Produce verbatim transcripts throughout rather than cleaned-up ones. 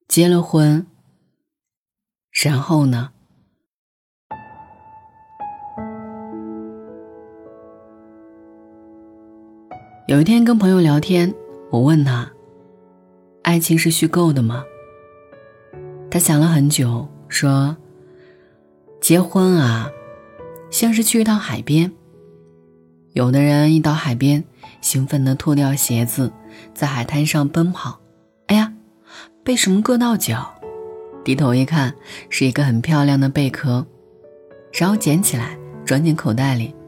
结了婚，然后呢？有一天跟朋友聊天，我问他，爱情是虚构的吗？他想了很久，说，结婚啊，像是去一趟海边。有的人一到海边，兴奋地脱掉鞋子，在海滩上奔跑，哎呀，被什么硌到脚，低头一看，是一个很漂亮的贝壳，然后捡起来装进口袋里。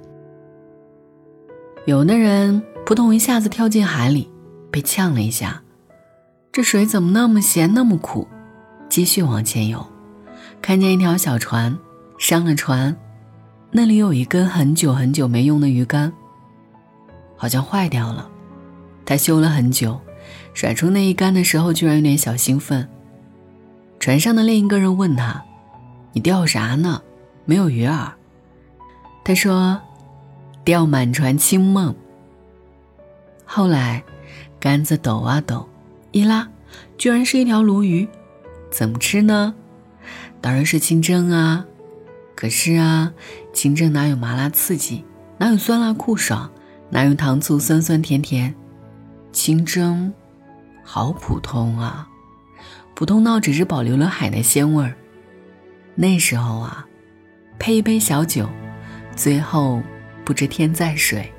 有的人扑通一下子跳进海里，被呛了一下，这水怎么那么咸那么苦，继续往前游，看见一条小船，上了船，那里有一根很久很久没用的鱼竿，好像坏掉了，他修了很久，甩出那一竿的时候居然有点小兴奋。船上的另一个人问他，你钓啥呢？没有鱼饵。他说，钓满船清梦。后来杆子抖啊抖，一拉居然是一条鲈鱼，怎么吃呢？当然是清蒸啊。可是啊，清蒸哪有麻辣刺激，哪有酸辣酷爽，哪有糖醋酸酸甜甜，清蒸好普通啊，普通到只是保留了海的鲜味儿。那时候啊，配一杯小酒，最后不知天在水。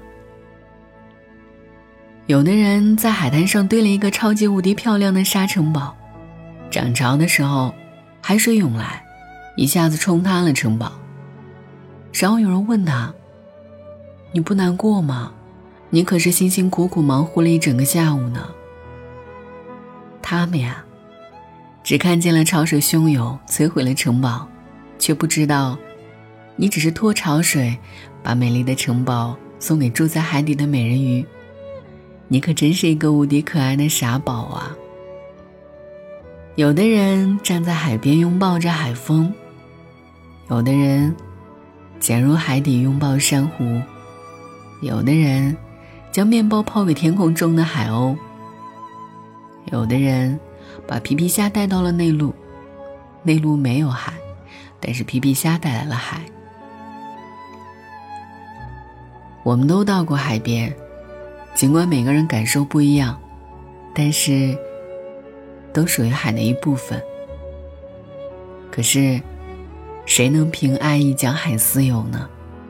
有的人在海滩上堆了一个超级无敌漂亮的沙城堡，涨潮的时候海水涌来，一下子冲塌了城堡。然后有人问他，你不难过吗？你可是辛辛苦苦忙活了一整个下午呢。他们呀，只看见了潮水汹涌摧毁了城堡，却不知道你只是拖潮水把美丽的城堡送给住在海底的美人鱼。你可真是一个无敌可爱的傻宝啊。有的人站在海边拥抱着海风，有的人潜入海底拥抱珊瑚，有的人将面包抛给天空中的海鸥，有的人把皮皮虾带到了内陆，内陆没有海，但是皮皮虾带来了海。我们都到过海边，尽管每个人感受不一样，但是都属于海的一部分。可是谁能凭爱意将海私有呢？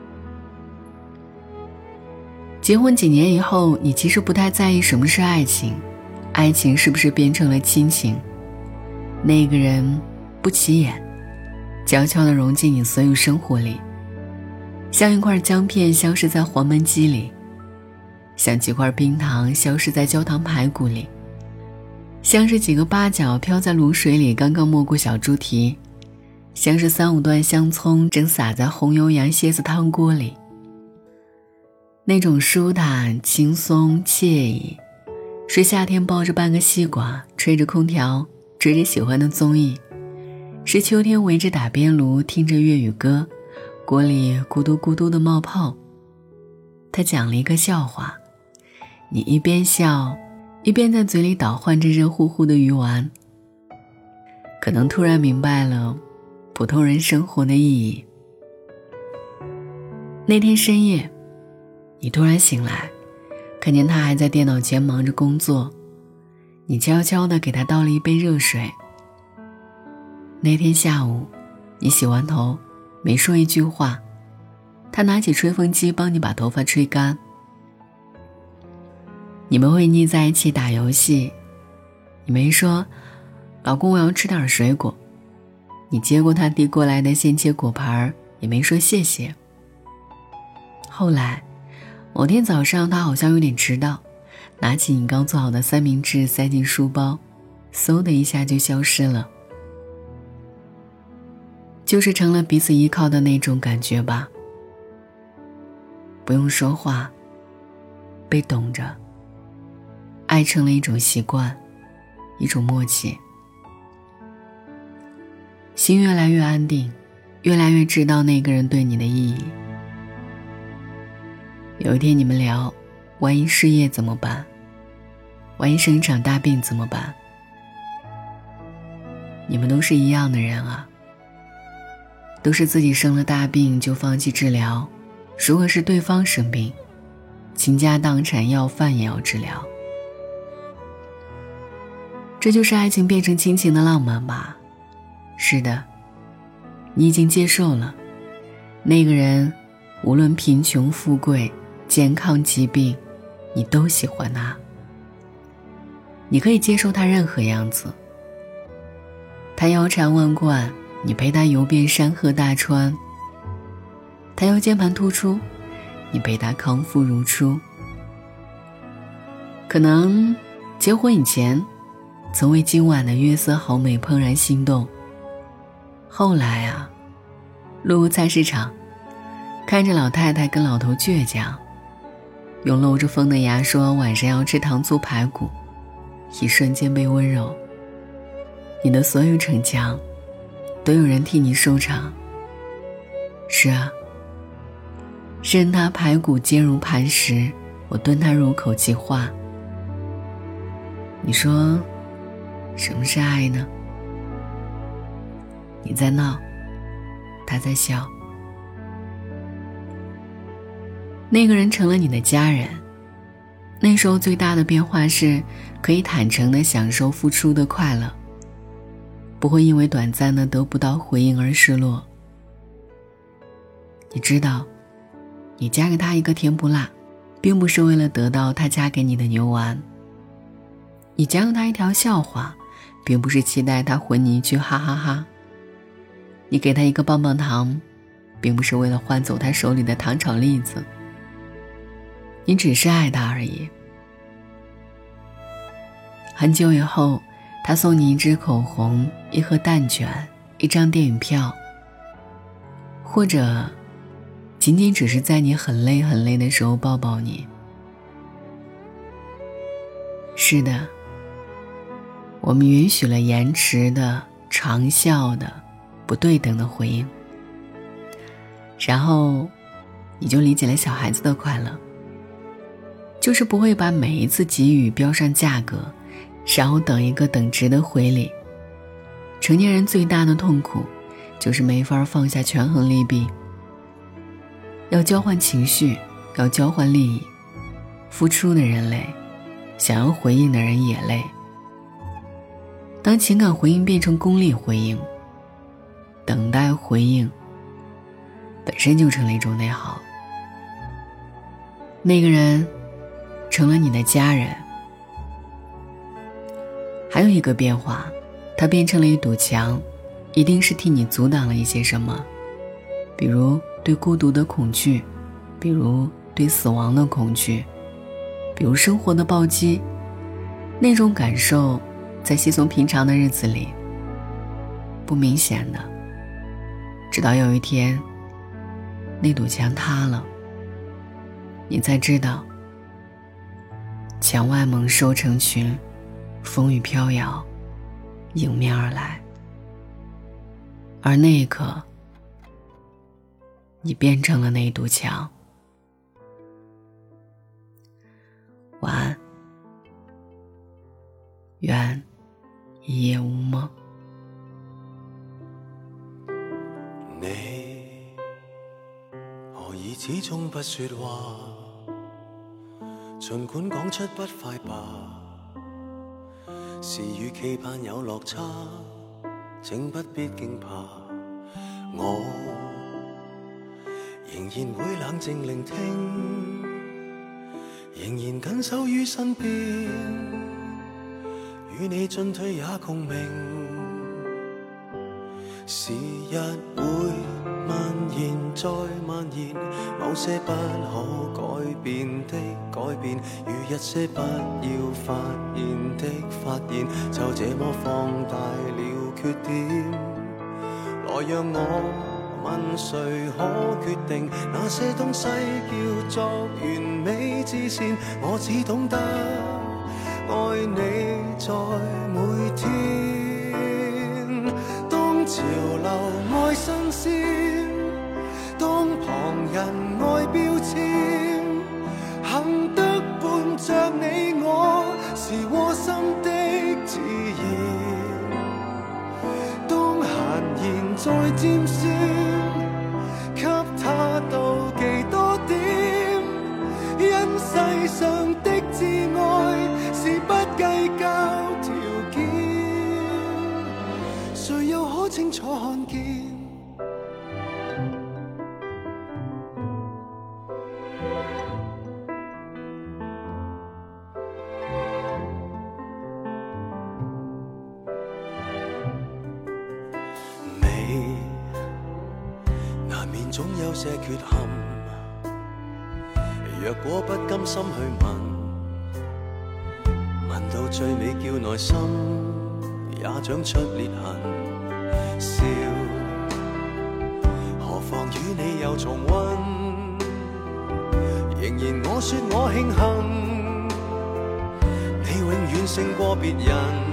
结婚几年以后，你其实不太在意什么是爱情，爱情是不是变成了亲情。那个人不起眼，悄悄地融进你所有生活里，像一块姜片消失在黄焖鸡里，像几块冰糖消失在焦糖排骨里，像是几个八角飘在卤水里刚刚没过小猪蹄，像是三五段香葱正撒在红油羊蝎子汤锅里。那种舒坦轻松惬意，是夏天抱着半个西瓜，吹着空调，追着喜欢的综艺，是秋天围着打边炉听着粤语歌，锅里咕嘟咕嘟的冒泡。他讲了一个笑话，你一边笑一边在嘴里倒换着热乎乎的鱼丸，可能突然明白了普通人生活的意义。那天深夜，你突然醒来，看见他还在电脑前忙着工作，你悄悄地给他倒了一杯热水。那天下午，你洗完头没说一句话，他拿起吹风机帮你把头发吹干。你们会腻在一起打游戏，你没说老公我要吃点水果，你接过他递过来的鲜切果盘，也没说谢谢。后来某天早上，他好像有点迟到，拿起你刚做好的三明治塞进书包，嗖的一下就消失了。就是成了彼此依靠的那种感觉吧，不用说话，被懂着，爱成了一种习惯，一种默契。心越来越安定，越来越知道那个人对你的意义。有一天你们聊，万一失业怎么办？万一生一场大病怎么办？ 你们都是一样的人啊，都是自己生了大病就放弃治疗，如果是对方生病，倾家荡产要饭也要治疗。这就是爱情变成亲情的浪漫吧。是的，你已经接受了那个人，无论贫穷富贵健康疾病，你都喜欢他。你可以接受他任何样子，他腰缠万贯，你陪他游遍山河大川；他腰间盘突出，你陪他康复如初。可能结婚以前曾为今晚的月色好美怦然心动，后来啊，路过菜市场，看着老太太跟老头倔强，用露着风的牙说晚上要吃糖醋排骨，一瞬间被温柔。你的所有逞强都有人替你收场。是啊，任他排骨坚如磐石，我炖他入口即化。你说什么是爱呢？你在闹，他在笑。那个人成了你的家人，那时候最大的变化是可以坦诚地享受付出的快乐，不会因为短暂的得不到回应而失落。你知道，你嫁给他一个甜不辣，并不是为了得到他嫁给你的牛丸；你嫁给他一条笑话，并不是期待他回你一句哈哈哈；你给他一个棒棒糖，并不是为了换走他手里的糖炒栗子。你只是爱他而已。很久以后，他送你一支口红，一盒蛋卷，一张电影票，或者仅仅只是在你很累很累的时候抱抱你。是的，我们允许了延迟的、长效的、不对等的回应，然后你就理解了小孩子的快乐，就是不会把每一次给予标上价格，然后等一个等值的回礼。成年人最大的痛苦就是没法放下权衡利弊，要交换情绪，要交换利益，付出的人累，想要回应的人也累。当情感回应变成功利回应，等待回应本身就成了一种内耗。那个人成了你的家人。还有一个变化，它变成了一堵墙，一定是替你阻挡了一些什么，比如对孤独的恐惧，比如对死亡的恐惧，比如生活的暴击。那种感受在稀松平常的日子里不明显的，直到有一天那堵墙塌了，你才知道墙外猛兽成群，风雨飘摇，迎面而来。而那一刻，你变成了那堵墙。晚安，愿一夜无梦。 你何以始終不說話？儘管講出不快吧，是與期盼有落差，請不必驚怕。我仍然會冷靜聆聽，仍然緊守於身邊，與你進退也共鳴。時日會蔓延再蔓延，某些不可改變的改變，與一些不要發現的發現，就這麼放大了缺點。來讓我問誰可決定那些東西叫做完美之線？我只懂得愛你在每天。當潮流愛新鮮，當旁人愛標籤，幸得伴着你我是窩心的自然。 在尖酸，給他到幾多點？因世上的摯愛是不計較條件，誰又可清楚看見？總有些缺陷，若果不甘心去問，問到最尾叫內心也長出裂痕。笑，何妨與你又重溫，仍然我說我慶幸，你永遠勝過別人。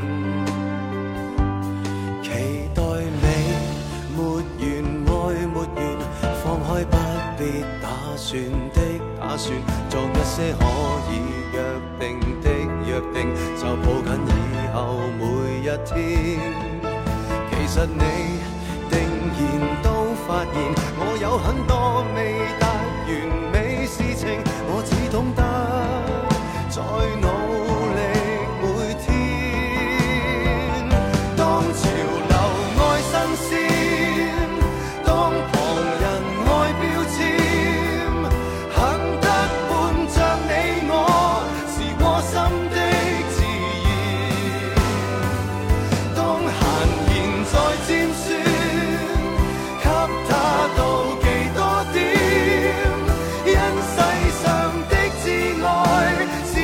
期待你沒完愛沒完，放開不必打算的打算，做一些可以約定的約定，就抱緊以後每一天。其實你定然都發現，我有很多未達完美事情，我只懂得再努力每天。當潮流愛新鮮，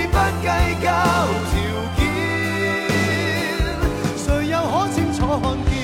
看見。